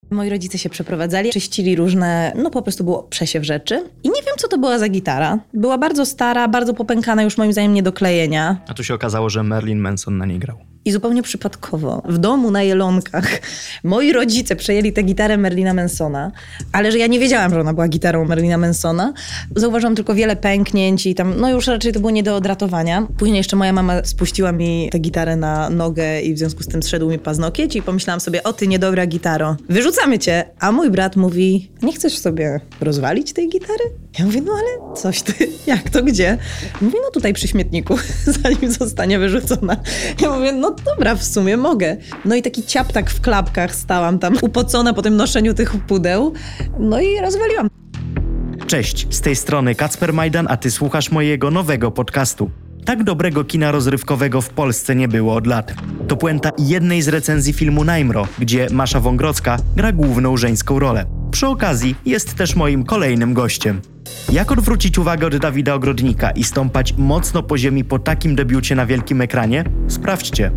Moi rodzice się przeprowadzali, czyścili różne, po prostu było przesiew rzeczy. I nie wiem, co to była za gitara. Była bardzo stara, bardzo popękana, już moim zdaniem nie do klejenia. A tu się okazało, że Marilyn Manson na niej grał. I zupełnie przypadkowo, w domu na Jelonkach, moi rodzice przejęli tę gitarę Marilina Mansona, ale że ja nie wiedziałam, że ona była gitarą Marilina Mansona. Zauważyłam tylko wiele pęknięć i tam, już raczej to było nie do odratowania. Później jeszcze moja mama spuściła mi tę gitarę na nogę i w związku z tym zszedł mi paznokieć i pomyślałam sobie, o ty niedobra gitaro, wyrzucamy cię. A mój brat mówi, nie chcesz sobie rozwalić tej gitary? Ja mówię, ale coś ty, jak to, gdzie? Mówi, tutaj przy śmietniku, zanim zostanie wyrzucona. Ja mówię, dobra, w sumie mogę. I taki ciaptak w klapkach stałam tam, upocona po tym noszeniu tych pudeł. I rozwaliłam. Cześć, z tej strony Kacper Majdan, a ty słuchasz mojego nowego podcastu. Tak dobrego kina rozrywkowego w Polsce nie było od lat. To puenta jednej z recenzji filmu Najmro, gdzie Masza Wągrodzka gra główną żeńską rolę. Przy okazji jest też moim kolejnym gościem. Jak odwrócić uwagę od Dawida Ogrodnika i stąpać mocno po ziemi po takim debiucie na wielkim ekranie? Sprawdźcie.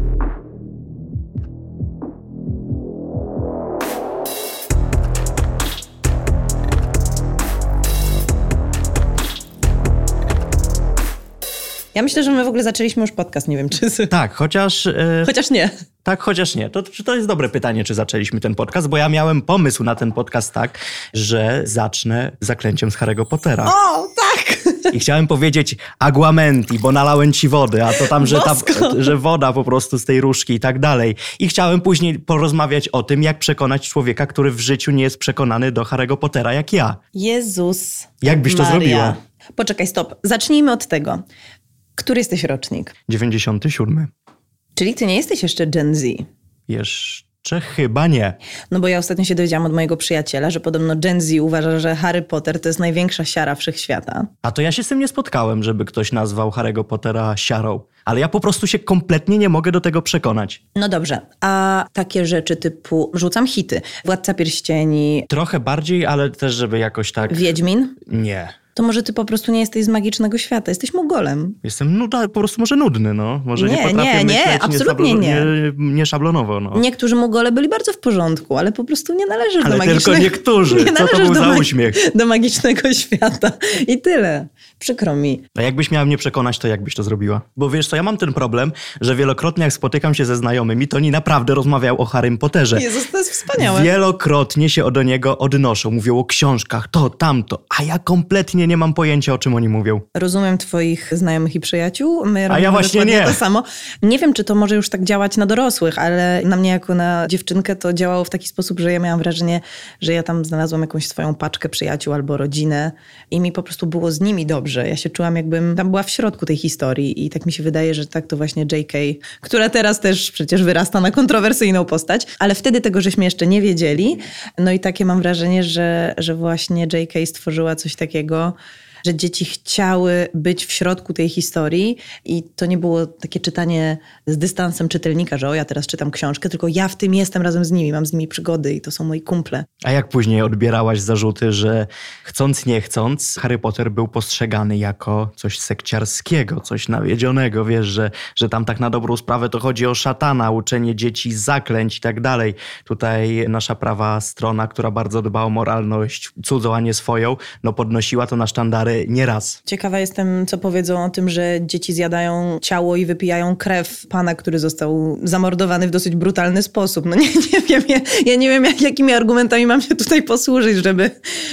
Ja myślę, że my w ogóle zaczęliśmy już podcast, nie wiem czy... Tak, chociaż... Chociaż nie. Tak, chociaż nie. To jest dobre pytanie, czy zaczęliśmy ten podcast, bo ja miałem pomysł na ten podcast tak, że zacznę zaklęciem z Harry'ego Pottera. O, tak! I chciałem powiedzieć aguamenti, bo nalałem ci wody, a to tam, że woda po prostu z tej różki i tak dalej. I chciałem później porozmawiać o tym, jak przekonać człowieka, który w życiu nie jest przekonany do Harry'ego Pottera jak ja. Jezus Jak byś to zrobiła? Poczekaj, stop. Zacznijmy od tego. Który jesteś rocznik? 97. Czyli ty nie jesteś jeszcze Gen Z? Jeszcze chyba nie. Bo ja ostatnio się dowiedziałam od mojego przyjaciela, że podobno Gen Z uważa, że Harry Potter to jest największa siara wszechświata. A to ja się z tym nie spotkałem, żeby ktoś nazwał Harry'ego Pottera siarą. Ale ja po prostu się kompletnie nie mogę do tego przekonać. No dobrze, a takie rzeczy typu, rzucam hity, Władca Pierścieni... Trochę bardziej, ale też żeby jakoś tak... Wiedźmin? Nie. To może ty po prostu nie jesteś z magicznego świata, jesteś Mogolem. Jestem po prostu może nudny, Może nie potrafię myśleć absolutnie nie szablonowo, Niektórzy Mogole byli bardzo w porządku, ale po prostu nie należysz do magicznego... Ale tylko niektórzy. Co to był za uśmiech? Do magicznego świata. I tyle. Przykro mi. A jakbyś miała mnie przekonać, to jak byś to zrobiła? Bo wiesz co, ja mam ten problem, że wielokrotnie jak spotykam się ze znajomymi, to oni naprawdę rozmawiają o Harrym Potterze. Jezus, to jest wspaniałe. Wielokrotnie się do niego odnoszą. Mówią o książkach, to, tamto. A ja kompletnie nie mam pojęcia, o czym oni mówią. Rozumiem twoich znajomych i przyjaciół. A ja właśnie nie. To samo. Nie wiem, czy to może już tak działać na dorosłych, ale na mnie jako na dziewczynkę to działało w taki sposób, że ja miałam wrażenie, że ja tam znalazłam jakąś swoją paczkę przyjaciół albo rodzinę i mi po prostu było z nimi dobrze. Ja się czułam, jakbym tam była w środku tej historii i tak mi się wydaje, że tak to właśnie J.K., która teraz też przecież wyrasta na kontrowersyjną postać, ale wtedy tego żeśmy jeszcze nie wiedzieli. I takie mam wrażenie, że właśnie J.K. stworzyła coś takiego, że dzieci chciały być w środku tej historii i to nie było takie czytanie z dystansem czytelnika, że ja teraz czytam książkę, tylko ja w tym jestem razem z nimi, mam z nimi przygody i to są moi kumple. A jak później odbierałaś zarzuty, że chcąc nie chcąc Harry Potter był postrzegany jako coś sekciarskiego, coś nawiedzionego, wiesz, że tam tak na dobrą sprawę to chodzi o szatana, uczenie dzieci zaklęć i tak dalej. Tutaj nasza prawa strona, która bardzo dba o moralność cudzą, a nie swoją, podnosiła to na sztandary nieraz. Ciekawa jestem, co powiedzą o tym, że dzieci zjadają ciało i wypijają krew pana, który został zamordowany w dosyć brutalny sposób. Nie wiem, ja nie wiem, jakimi argumentami mam się tutaj posłużyć, żeby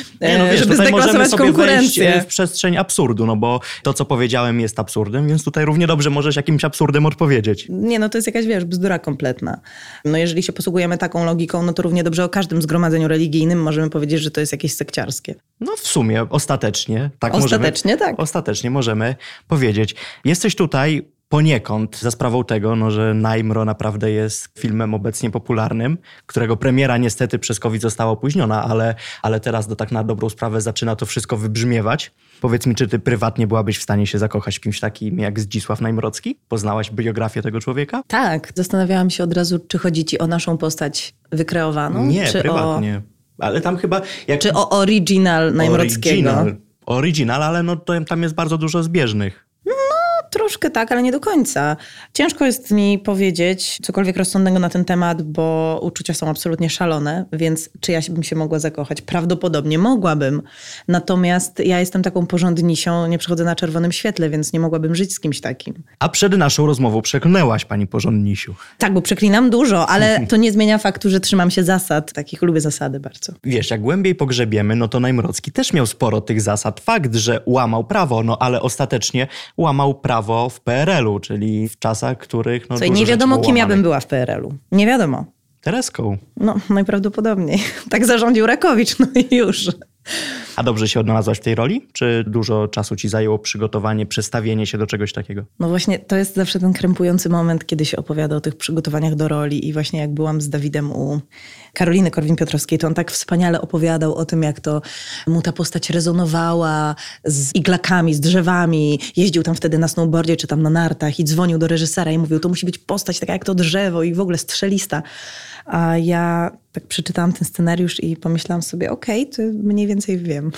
zdeklasować konkurencję. Wejść w przestrzeń absurdu, bo to, co powiedziałem, jest absurdem, więc tutaj równie dobrze możesz jakimś absurdem odpowiedzieć. Nie, to jest jakaś, bzdura kompletna. Jeżeli się posługujemy taką logiką, to równie dobrze o każdym zgromadzeniu religijnym możemy powiedzieć, że to jest jakieś sekciarskie. W sumie, ostatecznie. Tak Ostatecznie możemy powiedzieć. Jesteś tutaj poniekąd za sprawą tego, że Najmro naprawdę jest filmem obecnie popularnym, którego premiera niestety przez COVID została opóźniona, ale teraz tak na dobrą sprawę zaczyna to wszystko wybrzmiewać. Powiedz mi, czy ty prywatnie byłabyś w stanie się zakochać w kimś takim jak Zdzisław Najmrocki? Poznałaś biografię tego człowieka? Tak. Zastanawiałam się od razu, czy chodzi ci o naszą postać wykreowaną? Nie, czy prywatnie. Ale tam chyba... Czy o oryginal Najmrockiego? Oryginal, ale tam jest bardzo dużo zbieżnych. troszkę tak, ale nie do końca. Ciężko jest mi powiedzieć cokolwiek rozsądnego na ten temat, bo uczucia są absolutnie szalone, więc czy ja bym się mogła zakochać? Prawdopodobnie mogłabym. Natomiast ja jestem taką porządnisią, nie przechodzę na czerwonym świetle, więc nie mogłabym żyć z kimś takim. A przed naszą rozmową przeklnęłaś, pani porządnisiu. Tak, bo przeklinam dużo, ale to nie zmienia faktu, że trzymam się zasad. Takich lubię zasady bardzo. Wiesz, jak głębiej pogrzebiemy, no to Najmrocki też miał sporo tych zasad. Fakt, że łamał prawo, no ale ostatecznie łamał prawo w PRL-u, czyli w czasach, których... No, co, nie wiadomo, kim ja bym była w PRL-u. Nie wiadomo. Tereską. No, najprawdopodobniej. Tak zarządził Rakowicz, no i już. A dobrze się odnalazłaś w tej roli? Czy dużo czasu ci zajęło przygotowanie, przestawienie się do czegoś takiego? No właśnie, to jest zawsze ten krępujący moment, kiedy się opowiada o tych przygotowaniach do roli i właśnie jak byłam z Dawidem u Karoliny Korwin-Piotrowskiej, to on tak wspaniale opowiadał o tym, jak to mu ta postać rezonowała z iglakami, z drzewami. Jeździł tam wtedy na snowboardzie czy tam na nartach i dzwonił do reżysera i mówił, to musi być postać taka jak to drzewo i w ogóle strzelista. A ja tak przeczytałam ten scenariusz i pomyślałam sobie, okej, to mniej więcej wiem.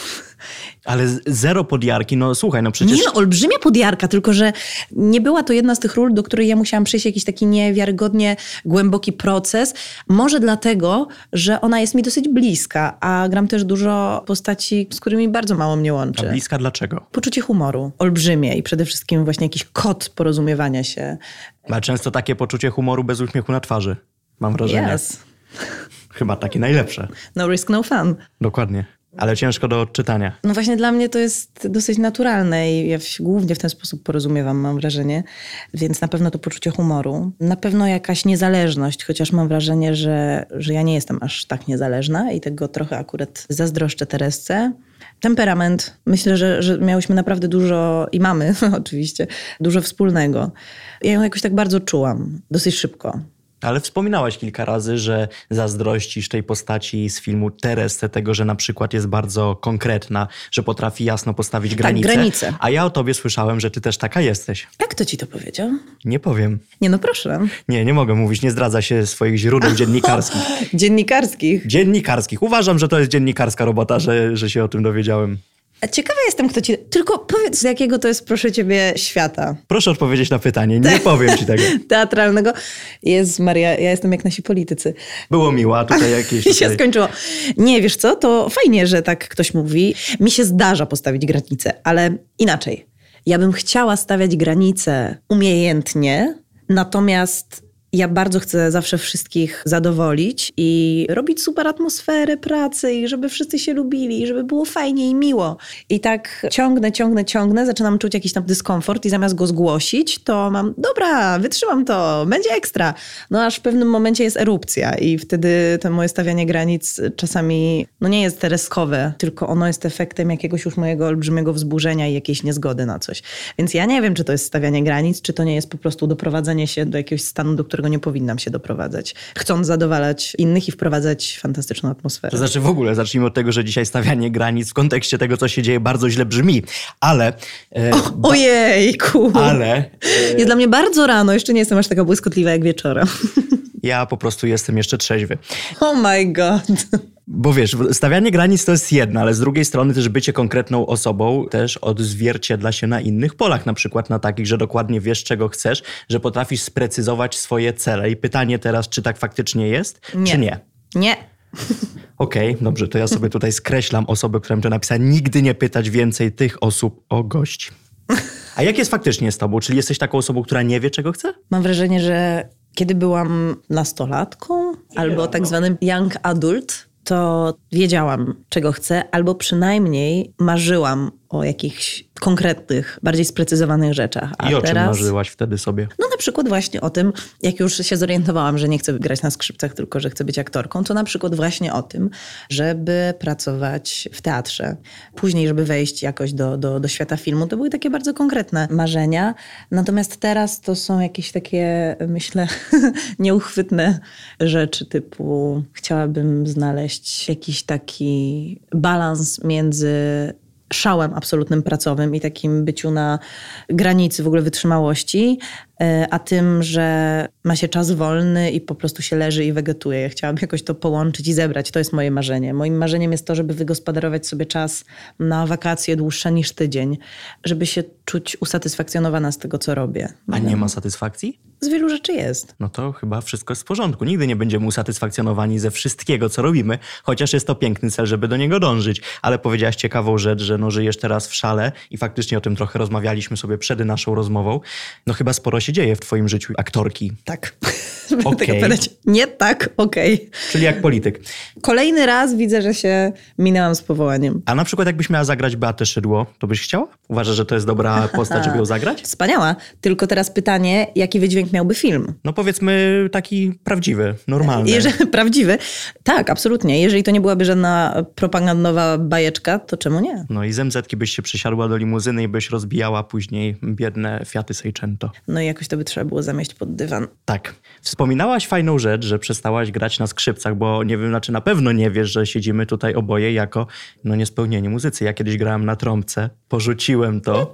Ale zero podjarki, no słuchaj, no przecież... Nie no, olbrzymia podjarka, tylko że nie była to jedna z tych ról, do której ja musiałam przejść jakiś taki niewiarygodnie głęboki proces. Może dlatego, że ona jest mi dosyć bliska, a gram też dużo postaci, z którymi bardzo mało mnie łączy. A bliska dlaczego? Poczucie humoru, olbrzymie i przede wszystkim właśnie jakiś kod porozumiewania się. Ma często takie poczucie humoru bez uśmiechu na twarzy, mam wrażenie. Yes. Chyba takie najlepsze. No risk, no fun. Dokładnie. Ale ciężko do odczytania. No właśnie dla mnie to jest dosyć naturalne i ja się głównie w ten sposób porozumiewam, mam wrażenie. Więc na pewno to poczucie humoru. Na pewno jakaś niezależność, chociaż mam wrażenie, że ja nie jestem aż tak niezależna i tego trochę akurat zazdroszczę Teresce. Temperament. Myślę, że miałyśmy naprawdę dużo, i mamy oczywiście, dużo wspólnego. Ja ją jakoś tak bardzo czułam, dosyć szybko. Ale wspominałaś kilka razy, że zazdrościsz tej postaci z filmu Teresce, tego, że na przykład jest bardzo konkretna, że potrafi jasno postawić granice. Tak, granice. A ja o tobie słyszałem, że ty też taka jesteś. Jak kto ci to powiedział? Nie powiem. Nie no, proszę. Nie mogę mówić, nie zdradza się swoich źródeł dziennikarskich. Dziennikarskich? Dziennikarskich. Uważam, że to jest dziennikarska robota, że się o tym dowiedziałem. A ciekawa jestem, kto ci... Tylko powiedz, z jakiego to jest, proszę ciebie, świata. Proszę odpowiedzieć na pytanie, nie powiem ci tego. Teatralnego. Jezus Maria, ja jestem jak nasi politycy. Było miło, a tutaj jakieś... I się skończyło. Nie, wiesz co, to fajnie, że tak ktoś mówi. Mi się zdarza postawić granice, ale inaczej. Ja bym chciała stawiać granice umiejętnie, natomiast... Ja bardzo chcę zawsze wszystkich zadowolić i robić super atmosferę pracy i żeby wszyscy się lubili i żeby było fajnie i miło. I tak ciągnę, zaczynam czuć jakiś tam dyskomfort i zamiast go zgłosić, to mam, dobra, wytrzymam to, będzie ekstra. No aż w pewnym momencie jest erupcja i wtedy to moje stawianie granic czasami nie jest tereskowe, tylko ono jest efektem jakiegoś już mojego olbrzymiego wzburzenia i jakiejś niezgody na coś. Więc ja nie wiem, czy to jest stawianie granic, czy to nie jest po prostu doprowadzenie się do jakiegoś stanu, do którego nie powinnam się doprowadzać, chcąc zadowalać innych i wprowadzać fantastyczną atmosferę. To znaczy w ogóle, zacznijmy od tego, że dzisiaj stawianie granic w kontekście tego, co się dzieje, bardzo źle brzmi, ale... Ojejku! Ale... Jest dla mnie bardzo rano, jeszcze nie jestem aż taka błyskotliwa jak wieczorem. Ja po prostu jestem jeszcze trzeźwy. Oh my god. Bo wiesz, stawianie granic to jest jedno, ale z drugiej strony też bycie konkretną osobą też odzwierciedla się na innych polach, na przykład na takich, że dokładnie wiesz, czego chcesz, że potrafisz sprecyzować swoje cele. I pytanie teraz, czy tak faktycznie jest, czy nie? Nie. Okej, dobrze, to ja sobie tutaj skreślam osobę, która mi to napisała. Nigdy nie pytać więcej tych osób o gości. A jak jest faktycznie z tobą? Czyli jesteś taką osobą, która nie wie, czego chce? Mam wrażenie, że kiedy byłam nastolatką albo tak zwanym young adult, to wiedziałam, czego chcę, albo przynajmniej marzyłam o jakichś konkretnych, bardziej sprecyzowanych rzeczach. I o czym marzyłaś wtedy sobie? No na przykład właśnie o tym, jak już się zorientowałam, że nie chcę grać na skrzypcach, tylko że chcę być aktorką, to na przykład właśnie o tym, żeby pracować w teatrze. Później, żeby wejść jakoś do świata filmu. To były takie bardzo konkretne marzenia. Natomiast teraz to są jakieś takie, myślę, nieuchwytne rzeczy typu chciałabym znaleźć jakiś taki balans między szałem absolutnym pracowym i takim byciu na granicy w ogóle wytrzymałości a tym, że ma się czas wolny i po prostu się leży i wegetuje. Ja chciałam jakoś to połączyć i zebrać. To jest moje marzenie. Moim marzeniem jest to, żeby wygospodarować sobie czas na wakacje dłuższe niż tydzień, żeby się czuć usatysfakcjonowana z tego, co robię. A nie ma satysfakcji? Z wielu rzeczy jest. No to chyba wszystko jest w porządku. Nigdy nie będziemy usatysfakcjonowani ze wszystkiego, co robimy, chociaż jest to piękny cel, żeby do niego dążyć. Ale powiedziałaś ciekawą rzecz, że żyjesz teraz w szale i faktycznie o tym trochę rozmawialiśmy sobie przed naszą rozmową. No chyba sporo się dzieje w twoim życiu aktorki. Tak. Okej. Nie tak, okej. Czyli jak polityk. Kolejny raz widzę, że się minęłam z powołaniem. A na przykład jakbyś miała zagrać Beatę Szydło, to byś chciała? Uważasz, że to jest dobra postać, żeby ją zagrać? Wspaniała. Tylko teraz pytanie, jaki wydźwięk miałby film? No powiedzmy taki prawdziwy, normalny. Prawdziwy? Tak, absolutnie. Jeżeli to nie byłaby żadna propagandowa bajeczka, to czemu nie? No i z MZ-ki byś się przysiadła do limuzyny i byś rozbijała później biedne Fiaty Seicento. No i jakoś to by trzeba było zamieść pod dywan. Tak. Wspominałaś fajną rzecz, że przestałaś grać na skrzypcach, bo nie wiem, znaczy na pewno nie wiesz, że siedzimy tutaj oboje jako niespełnieni muzycy. Ja kiedyś grałem na trąbce, porzuciłem to.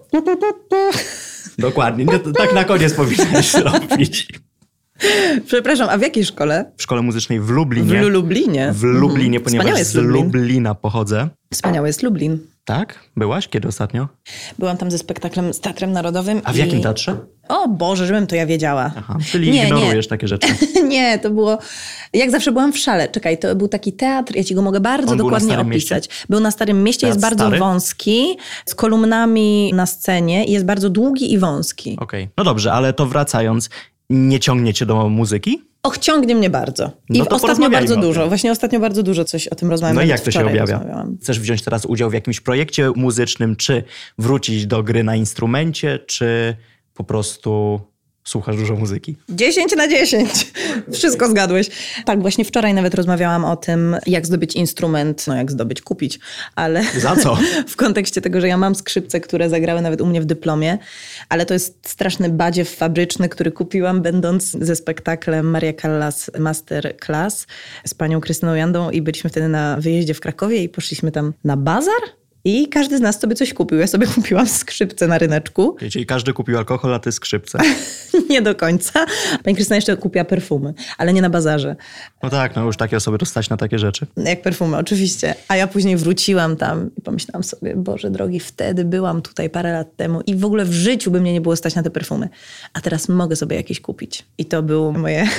Dokładnie, tak na koniec powinnaś robić. Przepraszam, a w jakiej szkole? W szkole muzycznej w Lublinie. W Lublinie. W Lublinie, ponieważ z Lublina pochodzę. Wspaniały jest Lublin. Tak? Byłaś? Kiedy ostatnio? Byłam tam ze spektaklem z Teatrem Narodowym. A w jakim teatrze? O Boże, żebym to ja wiedziała. Aha, czyli ignorujesz takie rzeczy. Nie, to było... Jak zawsze byłam w Szale. Czekaj, to był taki teatr, ja ci go mogę bardzo dokładnie opisać. Był na Starym Mieście, jest bardzo wąski, z kolumnami na scenie i jest bardzo długi i wąski. Okej. No dobrze, ale to wracając, nie ciągnie cię do muzyki? Och, ciągnie mnie bardzo. I ostatnio bardzo dużo. Właśnie ostatnio bardzo dużo coś o tym rozmawiam. No i jak to się objawia? Chcesz wziąć teraz udział w jakimś projekcie muzycznym, czy wrócić do gry na instrumencie, czy po prostu słuchasz dużo muzyki? 10/10. Wszystko zgadłeś. Tak, właśnie wczoraj nawet rozmawiałam o tym, jak zdobyć instrument, jak zdobyć, kupić, ale... Za co? W kontekście tego, że ja mam skrzypce, które zagrały nawet u mnie w dyplomie, ale to jest straszny badziew fabryczny, który kupiłam będąc ze spektaklem Maria Callas Masterclass z panią Krystyną Jandą i byliśmy wtedy na wyjeździe w Krakowie i poszliśmy tam na bazar. I każdy z nas sobie coś kupił. Ja sobie kupiłam skrzypce na ryneczku. Czyli każdy kupił alkohol, a ty skrzypce. Nie do końca. Pani Krystyna jeszcze kupiła perfumy, ale nie na bazarze. No tak, już takie osoby to stać na takie rzeczy. Jak perfumy, oczywiście. A ja później wróciłam tam i pomyślałam sobie, Boże drogi, wtedy byłam tutaj parę lat temu i w ogóle w życiu by mnie nie było stać na te perfumy. A teraz mogę sobie jakieś kupić. I to było moje...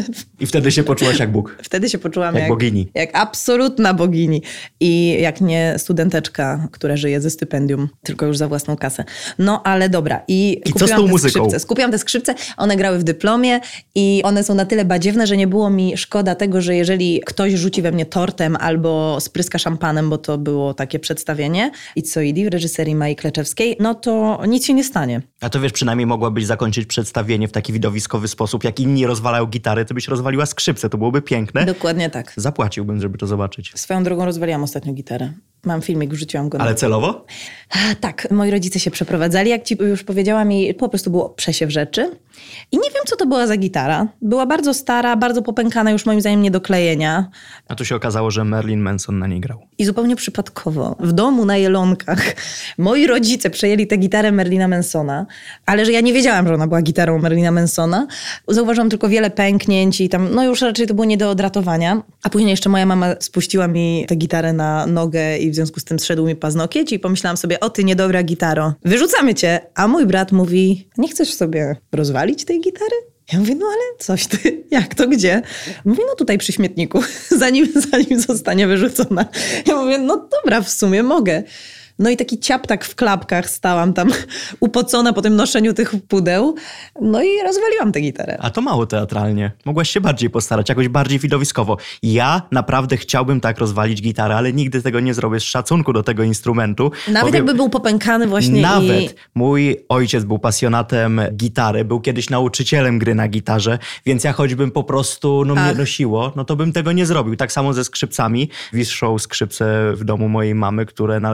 I wtedy się poczułaś jak Bóg. Wtedy się poczułam jak bogini. Jak absolutna bogini. I jak nie studenteczka, która żyje ze stypendium, tylko już za własną kasę. No ale dobra. I co z tą muzyką? Kupiłam te skrzypce, one grały w dyplomie i one są na tyle badziewne, że nie było mi szkoda tego, że jeżeli ktoś rzuci we mnie tortem albo spryska szampanem, bo to było takie przedstawienie Itzoidi w reżyserii Mai Kleczewskiej, no to nic się nie stanie. A to wiesz, przynajmniej mogłabyś zakończyć przedstawienie w taki widowiskowy sposób, jak inni rozwalają gitary, ty byś rozwaliła skrzypce, to byłoby piękne. Dokładnie tak. Zapłaciłbym, żeby to zobaczyć. Swoją drogą rozwaliłam ostatnio gitarę. Mam filmik, wrzuciłam go. Ale celowo? Tak, moi rodzice się przeprowadzali, jak ci już powiedziałam, i po prostu było przesiew rzeczy. I nie wiem, co to była za gitara. Była bardzo stara, bardzo popękana, już moim zdaniem nie do klejenia. A tu się okazało, że Marilyn Manson na niej grał. I zupełnie przypadkowo, w domu na Jelonkach, moi rodzice przejęli tę gitarę Marilina Mansona, ale że ja nie wiedziałam, że ona była gitarą Marilina Mansona. Zauważyłam tylko wiele pęknięć i tam, już raczej to było nie do odratowania. A później jeszcze moja mama spuściła mi tę gitarę na nogę i w związku z tym zszedł mi paznokieć i pomyślałam sobie, o ty niedobra gitaro, wyrzucamy cię. A mój brat mówi, nie chcesz sobie rozwalić tej gitary? Ja mówię, no ale coś ty, jak to, gdzie? Mówi, no tutaj przy śmietniku, zanim zostanie wyrzucona. Ja mówię, no dobra, w sumie mogę. No i taki ciaptak w klapkach stałam tam upocona po tym noszeniu tych pudeł. No i rozwaliłam tę gitarę. A to mało teatralnie. Mogłaś się bardziej postarać, jakoś bardziej widowiskowo. Ja naprawdę chciałbym tak rozwalić gitarę, ale nigdy tego nie zrobię z szacunku do tego instrumentu. Nawet jakby był popękany właśnie. Nawet. Mój ojciec był pasjonatem gitary, był kiedyś nauczycielem gry na gitarze, więc ja choćbym po prostu mnie nosiło, no to bym tego nie zrobił. Tak samo ze skrzypcami. Wiszą skrzypce w domu mojej mamy, które należą do jej babci.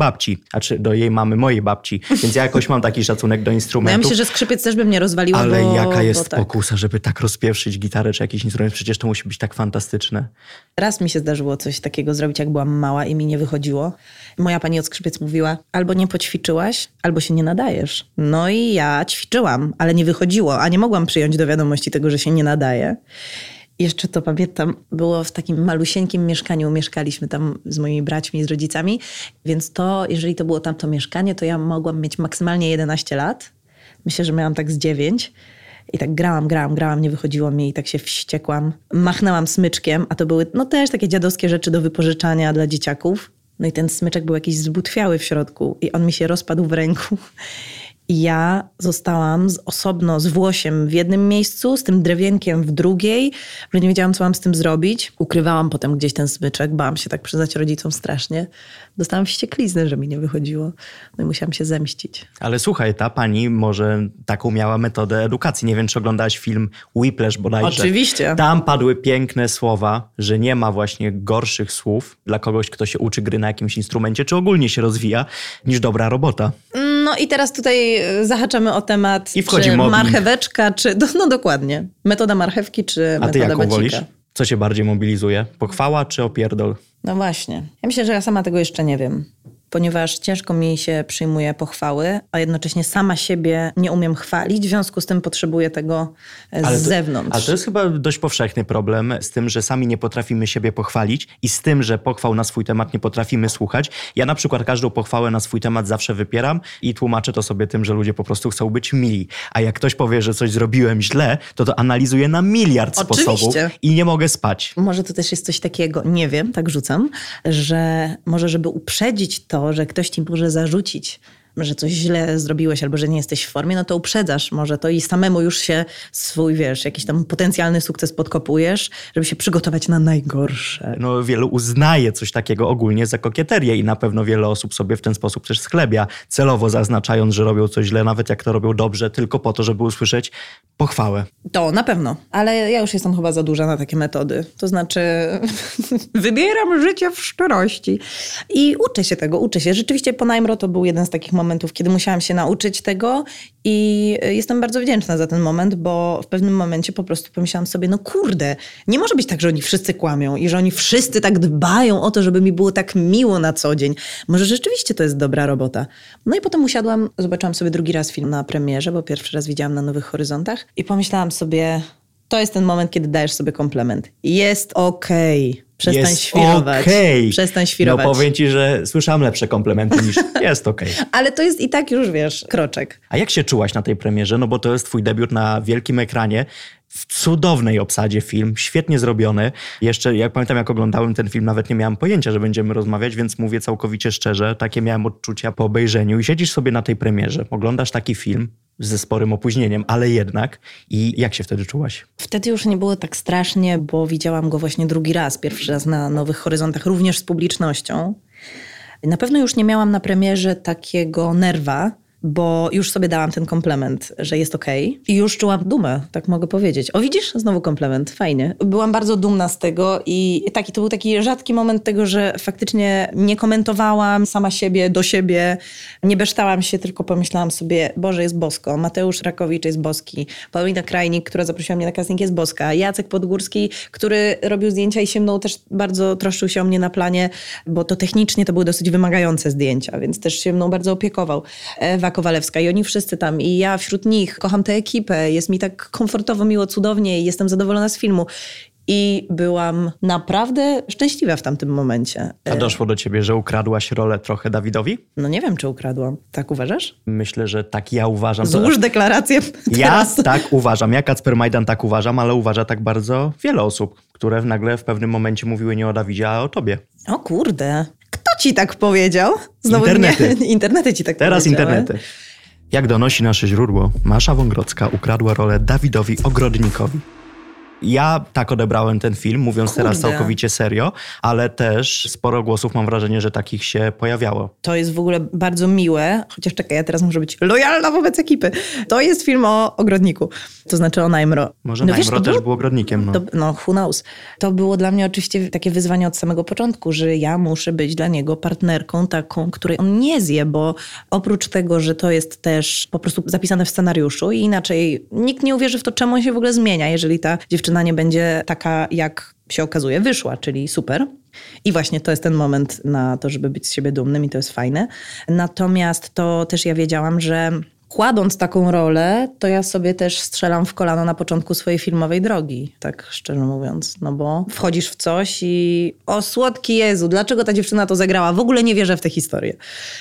babci, do jej mamy, mojej babci, więc ja jakoś mam taki szacunek do instrumentów. Ja myślę, że skrzypiec też by mnie rozwaliła, ale jaka jest pokusa, żeby tak rozpieprzyć gitarę czy jakiś instrument, przecież to musi być tak fantastyczne. Raz mi się zdarzyło coś takiego zrobić, jak byłam mała i mi nie wychodziło. Moja pani od skrzypiec mówiła, albo nie poćwiczyłaś, albo się nie nadajesz. No i ja ćwiczyłam, ale nie wychodziło, a nie mogłam przyjąć do wiadomości tego, że się nie nadaje. Jeszcze to pamiętam, było w takim malusieńkim mieszkaniu, mieszkaliśmy tam z moimi braćmi, z rodzicami, więc jeżeli to było tamto mieszkanie, to ja mogłam mieć maksymalnie 11 lat. Myślę, że miałam tak z 9. I tak grałam, nie wychodziło mi i tak się wściekłam. Machnęłam smyczkiem, a to były też takie dziadowskie rzeczy do wypożyczania dla dzieciaków. No i ten smyczek był jakiś zbutwiały w środku i on mi się rozpadł w ręku. I ja zostałam osobno z włosiem w jednym miejscu, z tym drewienkiem w drugiej, że nie wiedziałam, co mam z tym zrobić. Ukrywałam potem gdzieś ten smyczek, bałam się tak przyznać rodzicom strasznie. Dostałam wściekliznę, że mi nie wychodziło. No i musiałam się zemścić. Ale słuchaj, ta pani może taką miała metodę edukacji. Nie wiem, czy oglądałaś film Whiplash bodajże. Oczywiście. Tam padły piękne słowa, że nie ma właśnie gorszych słów dla kogoś, kto się uczy gry na jakimś instrumencie, czy ogólnie się rozwija, niż dobra robota. No i teraz tutaj zahaczamy o temat, i wchodzi czy mobbing. Marcheweczka, czy... No dokładnie. Metoda marchewki, czy metoda bacika. A ty jaką wolisz? Co cię bardziej mobilizuje? Pochwała czy opierdol? No właśnie. Ja myślę, że ja sama tego jeszcze nie wiem. Ponieważ ciężko mi się przyjmuje pochwały, a jednocześnie sama siebie nie umiem chwalić, w związku z tym potrzebuję tego z zewnątrz. Ale to jest chyba dość powszechny problem z tym, że sami nie potrafimy siebie pochwalić i z tym, że pochwał na swój temat nie potrafimy słuchać. Ja na przykład każdą pochwałę na swój temat zawsze wypieram i tłumaczę to sobie tym, że ludzie po prostu chcą być mili. A jak ktoś powie, że coś zrobiłem źle, to analizuję na miliard sposobów i nie mogę spać. Może to też jest coś takiego, nie wiem, tak rzucam, że może żeby uprzedzić to, że ktoś ci może zarzucić, że coś źle zrobiłeś albo że nie jesteś w formie, no to uprzedzasz może to i samemu już się swój, jakiś tam potencjalny sukces podkopujesz, żeby się przygotować na najgorsze. No wielu uznaje coś takiego ogólnie za kokieterię i na pewno wiele osób sobie w ten sposób też schlebia, celowo zaznaczając, że robią coś źle, nawet jak to robią dobrze, tylko po to, żeby usłyszeć pochwałę. To na pewno, ale ja już jestem chyba za duża na takie metody. To znaczy wybieram życie w szczerości i uczę się tego. Rzeczywiście po Najmro to był jeden z takich momentów, kiedy musiałam się nauczyć tego i jestem bardzo wdzięczna za ten moment, bo w pewnym momencie po prostu pomyślałam sobie, no kurde, nie może być tak, że oni wszyscy kłamią i że oni wszyscy tak dbają o to, żeby mi było tak miło na co dzień. Może rzeczywiście to jest dobra robota. No i potem usiadłam, zobaczyłam sobie drugi raz film na premierze, bo pierwszy raz widziałam na Nowych Horyzontach i pomyślałam sobie, to jest ten moment, kiedy dajesz sobie komplement. Jest okej. Przestań świrować. Okej. Przestań świrować. No powiem ci, że słyszałam lepsze komplementy niż jest okej. Ale to jest i tak już, kroczek. A jak się czułaś na tej premierze? No bo to jest twój debiut na wielkim ekranie. W cudownej obsadzie film, świetnie zrobiony. Jeszcze, jak pamiętam, jak oglądałem ten film, nawet nie miałem pojęcia, że będziemy rozmawiać, więc mówię całkowicie szczerze, takie miałem odczucia po obejrzeniu. I siedzisz sobie na tej premierze, oglądasz taki film ze sporym opóźnieniem, ale jednak. I jak się wtedy czułaś? Wtedy już nie było tak strasznie, bo widziałam go właśnie drugi raz, pierwszy raz na Nowych Horyzontach, również z publicznością. Na pewno już nie miałam na premierze takiego nerwa, bo już sobie dałam ten komplement, że jest okej. I już czułam dumę, tak mogę powiedzieć. O widzisz? Znowu komplement, fajnie. Byłam bardzo dumna z tego i to był taki rzadki moment tego, że faktycznie nie komentowałam sama siebie, do siebie. Nie beształam się, tylko pomyślałam sobie, Boże, jest bosko. Mateusz Rakowicz jest boski. Paulina Krajnik, która zaprosiła mnie na casting, jest boska. Jacek Podgórski, który robił zdjęcia i się mną też bardzo troszczył się o mnie na planie, bo to technicznie to były dosyć wymagające zdjęcia, więc też się mną bardzo opiekował. Ewa Kowalewska i oni wszyscy tam i ja wśród nich kocham tę ekipę, jest mi tak komfortowo, miło, cudownie i jestem zadowolona z filmu. I byłam naprawdę szczęśliwa w tamtym momencie. A doszło do ciebie, że ukradłaś rolę trochę Dawidowi? No nie wiem, czy ukradłam. Tak uważasz? Myślę, że tak ja uważam. Złóż deklarację teraz. Ja tak uważam. Ja, Kacper Majdan, tak uważam, ale uważa tak bardzo wiele osób, które nagle w pewnym momencie mówiły nie o Dawidzie, a o tobie. O kurde. Kto ci tak powiedział? Znowu internety. Internety ci tak teraz powiedziały. Teraz internety. Jak donosi nasze źródło, Masza Wągrodzka ukradła rolę Dawidowi Ogrodnikowi. Ja tak odebrałem ten film, mówiąc teraz całkowicie serio, ale też sporo głosów mam wrażenie, że takich się pojawiało. To jest w ogóle bardzo miłe, chociaż czekaj, ja teraz muszę być lojalna wobec ekipy. To jest film o ogrodniku, to znaczy o Najmro. Może Najmro też był ogrodnikiem. Who knows. To było dla mnie oczywiście takie wyzwanie od samego początku, że ja muszę być dla niego partnerką taką, której on nie zje, bo oprócz tego, że to jest też po prostu zapisane w scenariuszu i inaczej nikt nie uwierzy w to, czemu on się w ogóle zmienia, jeżeli ta dziewczyna nie będzie taka, jak się okazuje, wyszła, czyli super. I właśnie to jest ten moment na to, żeby być z siebie dumnym i to jest fajne. Natomiast to też ja wiedziałam, że kładąc taką rolę, to ja sobie też strzelam w kolano na początku swojej filmowej drogi, tak szczerze mówiąc. No bo wchodzisz w coś i o słodki Jezu, dlaczego ta dziewczyna to zagrała? W ogóle nie wierzę w tę historię.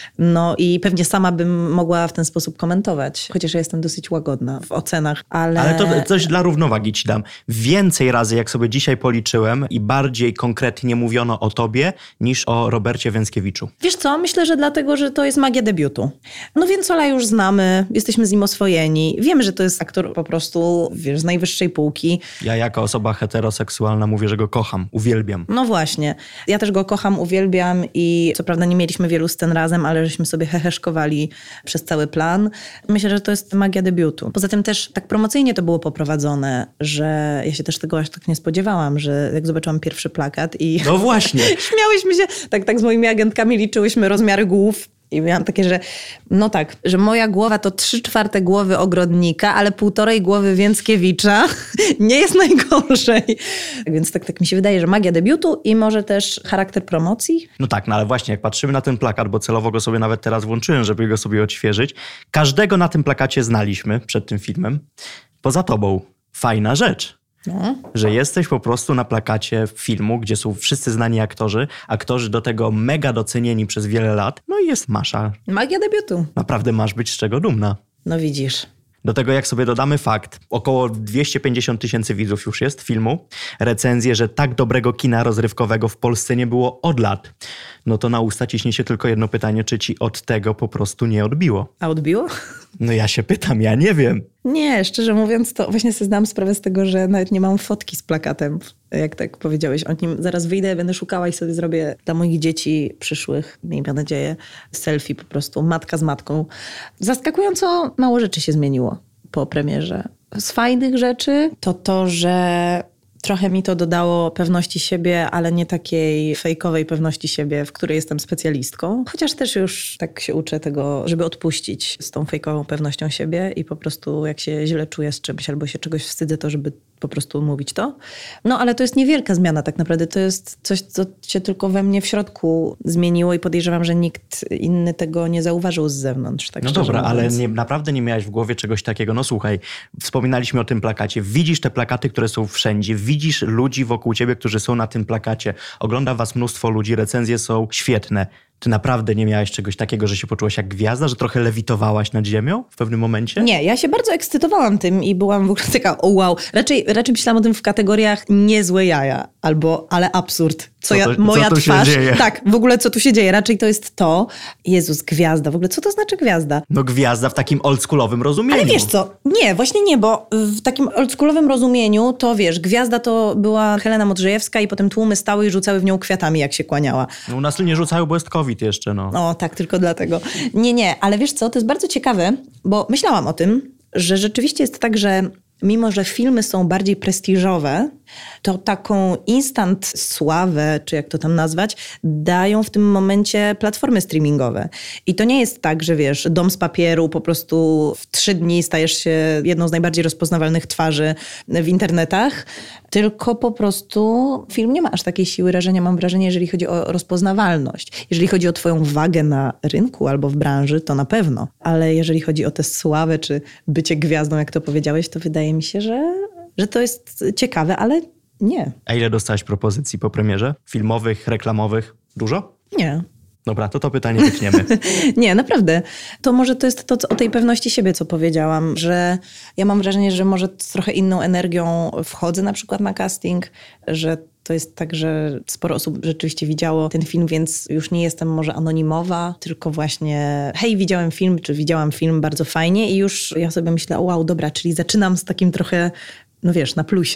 No i pewnie sama bym mogła w ten sposób komentować, chociaż ja jestem dosyć łagodna w ocenach, ale to coś dla równowagi ci dam. Więcej razy, jak sobie dzisiaj policzyłem i bardziej konkretnie mówiono o tobie niż o Robercie Więckiewiczu. Wiesz co, myślę, że dlatego, że to jest magia debiutu. No Więcola już znamy, jesteśmy z nim oswojeni. Wiemy, że to jest aktor po prostu, wiesz, z najwyższej półki. Ja jako osoba heteroseksualna mówię, że go kocham, uwielbiam. No właśnie. Ja też go kocham, uwielbiam i co prawda nie mieliśmy wielu scen razem, ale żeśmy sobie heheszkowali przez cały plan. Myślę, że to jest magia debiutu. Poza tym też tak promocyjnie to było poprowadzone, że ja się też tego aż tak nie spodziewałam, że jak zobaczyłam pierwszy plakat i... No właśnie. Śmiałyśmy się, tak z moimi agentkami liczyłyśmy rozmiary głów. I miałam takie, że no tak, że moja głowa to 3/4 głowy ogrodnika, ale 1,5 głowy Więckiewicza nie jest najgorzej. Więc tak mi się wydaje, że magia debiutu i może też charakter promocji. No tak, no ale właśnie jak patrzymy na ten plakat, bo celowo go sobie nawet teraz włączyłem, żeby go sobie odświeżyć. Każdego na tym plakacie znaliśmy przed tym filmem. Poza tobą. Fajna rzecz. No. Że jesteś po prostu na plakacie filmu, gdzie są wszyscy znani aktorzy do tego mega docenieni przez wiele lat. No i jest Masza. Magia debiutu. Naprawdę masz być z czego dumna. No widzisz. Do tego jak sobie dodamy fakt, około 250 000 widzów już jest filmu, recenzję, że tak dobrego kina rozrywkowego w Polsce nie było od lat. No to na usta ciśnie się tylko jedno pytanie, czy ci od tego po prostu nie odbiło? A odbiło? No ja się pytam, ja nie wiem. Nie, szczerze mówiąc, to właśnie sobie zdałam sprawę z tego, że nawet nie mam fotki z plakatem, jak tak powiedziałeś o nim. Zaraz wyjdę, będę szukała i sobie zrobię dla moich dzieci przyszłych, miejmy nadzieję, selfie po prostu, matka z matką. Zaskakująco mało rzeczy się zmieniło po premierze. Z fajnych rzeczy to, że trochę mi to dodało pewności siebie, ale nie takiej fejkowej pewności siebie, w której jestem specjalistką. Chociaż też już tak się uczę tego, żeby odpuścić z tą fejkową pewnością siebie i po prostu jak się źle czuję z czymś albo się czegoś wstydzę, to żeby po prostu mówić to. No ale to jest niewielka zmiana tak naprawdę. To jest coś, co się tylko we mnie w środku zmieniło i podejrzewam, że nikt inny tego nie zauważył z zewnątrz. Tak no dobra, ale naprawdę nie miałaś w głowie czegoś takiego. No słuchaj, wspominaliśmy o tym plakacie. Widzisz te plakaty, które są wszędzie. Widzisz ludzi wokół ciebie, którzy są na tym plakacie. Ogląda was mnóstwo ludzi, recenzje są świetne. Ty naprawdę nie miałaś czegoś takiego, że się poczułaś jak gwiazda, że trochę lewitowałaś nad ziemią w pewnym momencie? Nie, ja się bardzo ekscytowałam tym i byłam w ogóle taka, o wow. Raczej myślałam o tym w kategoriach niezłe jaja albo ale absurd. Moja twarz. Tak, w ogóle co tu się dzieje? Raczej to jest to. Jezus, gwiazda. W ogóle co to znaczy gwiazda? No gwiazda w takim oldschoolowym rozumieniu. Ale wiesz co? Nie, właśnie nie, bo w takim oldschoolowym rozumieniu to wiesz, gwiazda to była Helena Modrzejewska i potem tłumy stały i rzucały w nią kwiatami, jak się kłaniała. No, u nas nie rzucały, bo jest COVID jeszcze, no. O, tak, tylko dlatego. Nie, ale wiesz co? To jest bardzo ciekawe, bo myślałam o tym, że rzeczywiście jest tak, że mimo że filmy są bardziej prestiżowe, to taką instant sławę, czy jak to tam nazwać, dają w tym momencie platformy streamingowe. I to nie jest tak, że wiesz, Dom z papieru, po prostu w 3 dni stajesz się jedną z najbardziej rozpoznawalnych twarzy w internetach, tylko po prostu film nie ma aż takiej siły rażenia, mam wrażenie, jeżeli chodzi o rozpoznawalność. Jeżeli chodzi o twoją wagę na rynku albo w branży, to na pewno. Ale jeżeli chodzi o tę sławę, czy bycie gwiazdą, jak to powiedziałeś, to wydaje mi się, że to jest ciekawe, ale nie. A ile dostałaś propozycji po premierze? Filmowych, reklamowych? Dużo? Nie. Dobra, to pytanie wytniemy. Nie, naprawdę. To może to jest to o tej pewności siebie, co powiedziałam, że ja mam wrażenie, że może z trochę inną energią wchodzę na przykład na casting, że to jest tak, że sporo osób rzeczywiście widziało ten film, więc już nie jestem może anonimowa, tylko właśnie hej, widziałem film, czy widziałam film, bardzo fajnie i już ja sobie myślę, wow, dobra, czyli zaczynam z takim trochę, no wiesz, na plusie.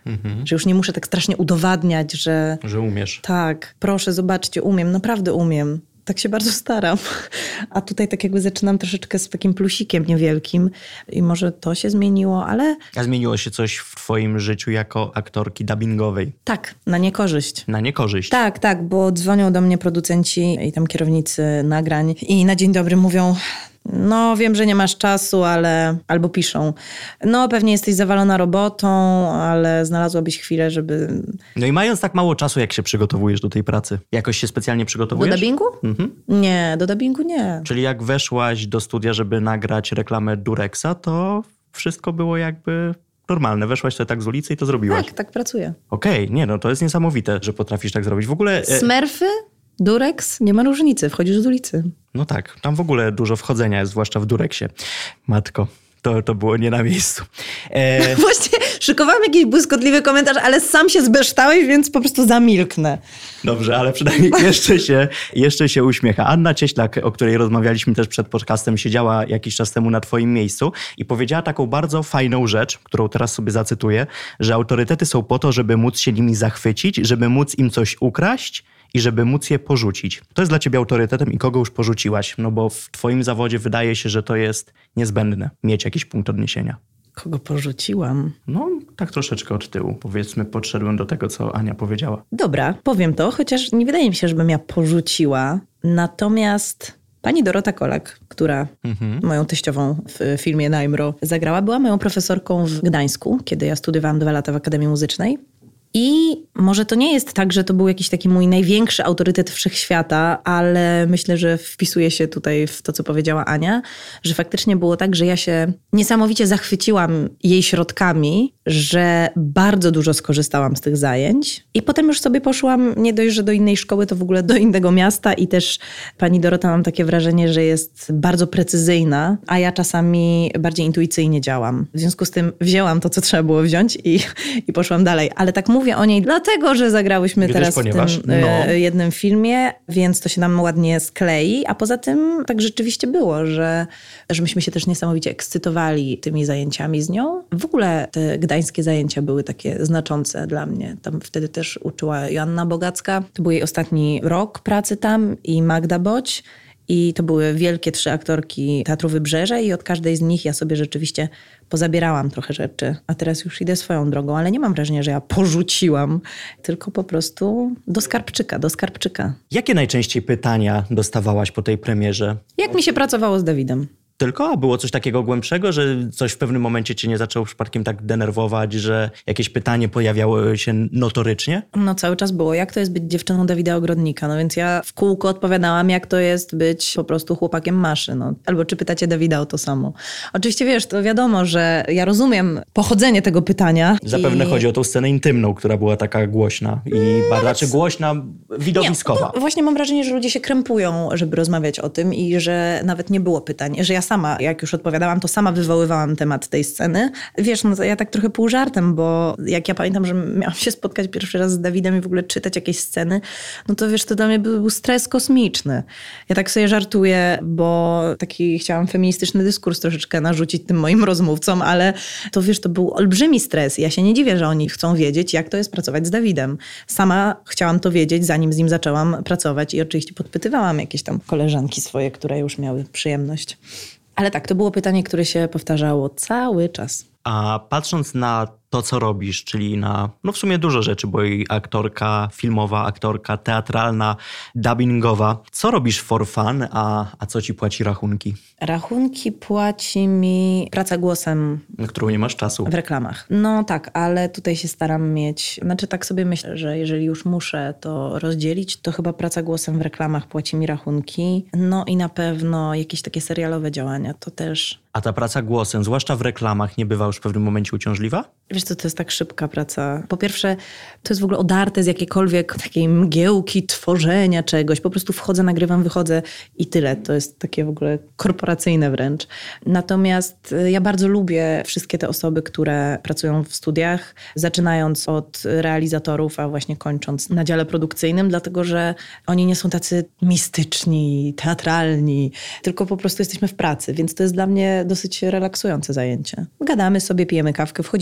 Że już nie muszę tak strasznie udowadniać, że umiesz. Tak, proszę, zobaczcie, umiem, naprawdę umiem. Tak się bardzo staram. A tutaj tak jakby zaczynam troszeczkę z takim plusikiem niewielkim i może to się zmieniło, ale... A zmieniło się coś w twoim życiu jako aktorki dubbingowej? Tak, na niekorzyść. Na niekorzyść? Tak, bo dzwonią do mnie producenci i tam kierownicy nagrań i na dzień dobry mówią... No, wiem, że nie masz czasu, ale... Albo piszą. No, pewnie jesteś zawalona robotą, ale znalazłabyś chwilę, żeby... No i mając tak mało czasu, jak się przygotowujesz do tej pracy? Jakoś się specjalnie przygotowujesz? Do dubbingu? Nie, do dubbingu nie. Czyli jak weszłaś do studia, żeby nagrać reklamę Durexa, to wszystko było jakby... normalne. Weszłaś sobie tak z ulicy i to zrobiłaś. Tak pracuję. Okej, to jest niesamowite, że potrafisz tak zrobić. W ogóle... Smurfy? Durex? Nie ma różnicy, wchodzisz z ulicy. No tak, tam w ogóle dużo wchodzenia jest, zwłaszcza w Durexie. Matko, to było nie na miejscu. Właśnie szykowałam jakiś błyskotliwy komentarz, ale sam się zbeształeś, więc po prostu zamilknę. Dobrze, ale przynajmniej jeszcze się uśmiecha. Anna Cieślak, o której rozmawialiśmy też przed podcastem, siedziała jakiś czas temu na twoim miejscu i powiedziała taką bardzo fajną rzecz, którą teraz sobie zacytuję, że autorytety są po to, żeby móc się nimi zachwycić, żeby móc im coś ukraść i żeby móc je porzucić. To jest dla ciebie autorytetem i kogo już porzuciłaś? No bo w twoim zawodzie wydaje się, że to jest niezbędne, mieć jakiś punkt odniesienia. Kogo porzuciłam? No, tak troszeczkę od tyłu. Powiedzmy, podszedłem do tego, co Ania powiedziała. Dobra, powiem to, chociaż nie wydaje mi się, żebym ja porzuciła. Natomiast pani Dorota Kolak, która moją teściową w filmie Najmro zagrała, była moją profesorką w Gdańsku, kiedy ja studiowałam 2 lata w Akademii Muzycznej. I może to nie jest tak, że to był jakiś taki mój największy autorytet wszechświata, ale myślę, że wpisuje się tutaj w to, co powiedziała Ania, że faktycznie było tak, że ja się niesamowicie zachwyciłam jej środkami, że bardzo dużo skorzystałam z tych zajęć. I potem już sobie poszłam nie dość, że do innej szkoły, to w ogóle do innego miasta i też pani Dorota, mam takie wrażenie, że jest bardzo precyzyjna, a ja czasami bardziej intuicyjnie działam. W związku z tym wzięłam to, co trzeba było wziąć i poszłam dalej. Ale tak mówię o niej dlatego, że zagrałyśmy teraz w tym jednym filmie, więc to się nam ładnie sklei. A poza tym tak rzeczywiście było, że myśmy się też niesamowicie ekscytowali tymi zajęciami z nią. W ogóle te gdańskie zajęcia były takie znaczące dla mnie. Tam wtedy też uczyła Joanna Bogacka. To był jej ostatni rok pracy tam i Magda Boć. I to były wielkie 3 aktorki Teatru Wybrzeże i od każdej z nich ja sobie rzeczywiście pozabierałam trochę rzeczy. A teraz już idę swoją drogą, ale nie mam wrażenia, że ja porzuciłam, tylko po prostu do skarbczyka. Jakie najczęściej pytania dostawałaś po tej premierze? Jak mi się pracowało z Dawidem? Tylko? A było coś takiego głębszego, że coś w pewnym momencie cię nie zaczęło przypadkiem tak denerwować, że jakieś pytanie pojawiało się notorycznie? No cały czas było. Jak to jest być dziewczyną Dawida Ogrodnika? No więc ja w kółko odpowiadałam, jak to jest być po prostu chłopakiem Maszy. No. Albo czy pytacie Dawida o to samo? Oczywiście wiesz, to wiadomo, że ja rozumiem pochodzenie tego pytania. Zapewne chodzi o tą scenę intymną, która była taka głośna i raczej głośna, widowiskowa. Nie, właśnie mam wrażenie, że ludzie się krępują, żeby rozmawiać o tym i że nawet nie było pytań, że ja sama, jak już odpowiadałam, to sama wywoływałam temat tej sceny. Wiesz, no to ja tak trochę pół żartem, bo jak ja pamiętam, że miałam się spotkać pierwszy raz z Dawidem i w ogóle czytać jakieś sceny, no to wiesz, to dla mnie był stres kosmiczny. Ja tak sobie żartuję, bo taki chciałam feministyczny dyskurs troszeczkę narzucić tym moim rozmówcom, ale to wiesz, to był olbrzymi stres. Ja się nie dziwię, że oni chcą wiedzieć, jak to jest pracować z Dawidem. Sama chciałam to wiedzieć, zanim z nim zaczęłam pracować i oczywiście podpytywałam jakieś tam koleżanki swoje, które już miały przyjemność. Ale tak, to było pytanie, które się powtarzało cały czas. A patrząc na to, co robisz, czyli na w sumie dużo rzeczy, bo i aktorka filmowa, aktorka teatralna, dubbingowa. Co robisz for fun, a co ci płaci rachunki? Rachunki płaci mi praca głosem. Na którą nie masz czasu. W reklamach. No tak, ale tutaj się staram mieć... Znaczy tak sobie myślę, że jeżeli już muszę to rozdzielić, to chyba praca głosem w reklamach płaci mi rachunki. No i na pewno jakieś takie serialowe działania, to też... A ta praca głosem, zwłaszcza w reklamach, nie bywa już w pewnym momencie uciążliwa? Wiesz co, to jest tak szybka praca. Po pierwsze, to jest w ogóle odarte z jakiejkolwiek takiej mgiełki tworzenia czegoś. Po prostu wchodzę, nagrywam, wychodzę i tyle. To jest takie w ogóle korporacyjne wręcz. Natomiast ja bardzo lubię wszystkie te osoby, które pracują w studiach, zaczynając od realizatorów, a właśnie kończąc na dziale produkcyjnym, dlatego że oni nie są tacy mistyczni, teatralni, tylko po prostu jesteśmy w pracy, więc to jest dla mnie dosyć relaksujące zajęcie. Gadamy sobie, pijemy kawkę, wchodzimy do studia,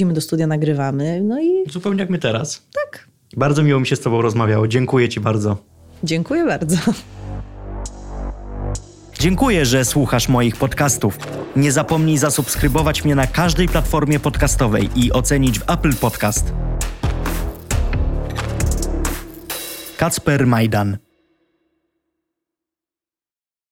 nagrywamy. No i Zupełnie jak my teraz. tak. Bardzo miło mi się z tobą rozmawiało. Dziękuję ci bardzo. Dziękuję bardzo. Dziękuję, że słuchasz moich podcastów. Nie zapomnij zasubskrybować mnie na każdej platformie podcastowej i ocenić w Apple Podcast. Kacper Majdan.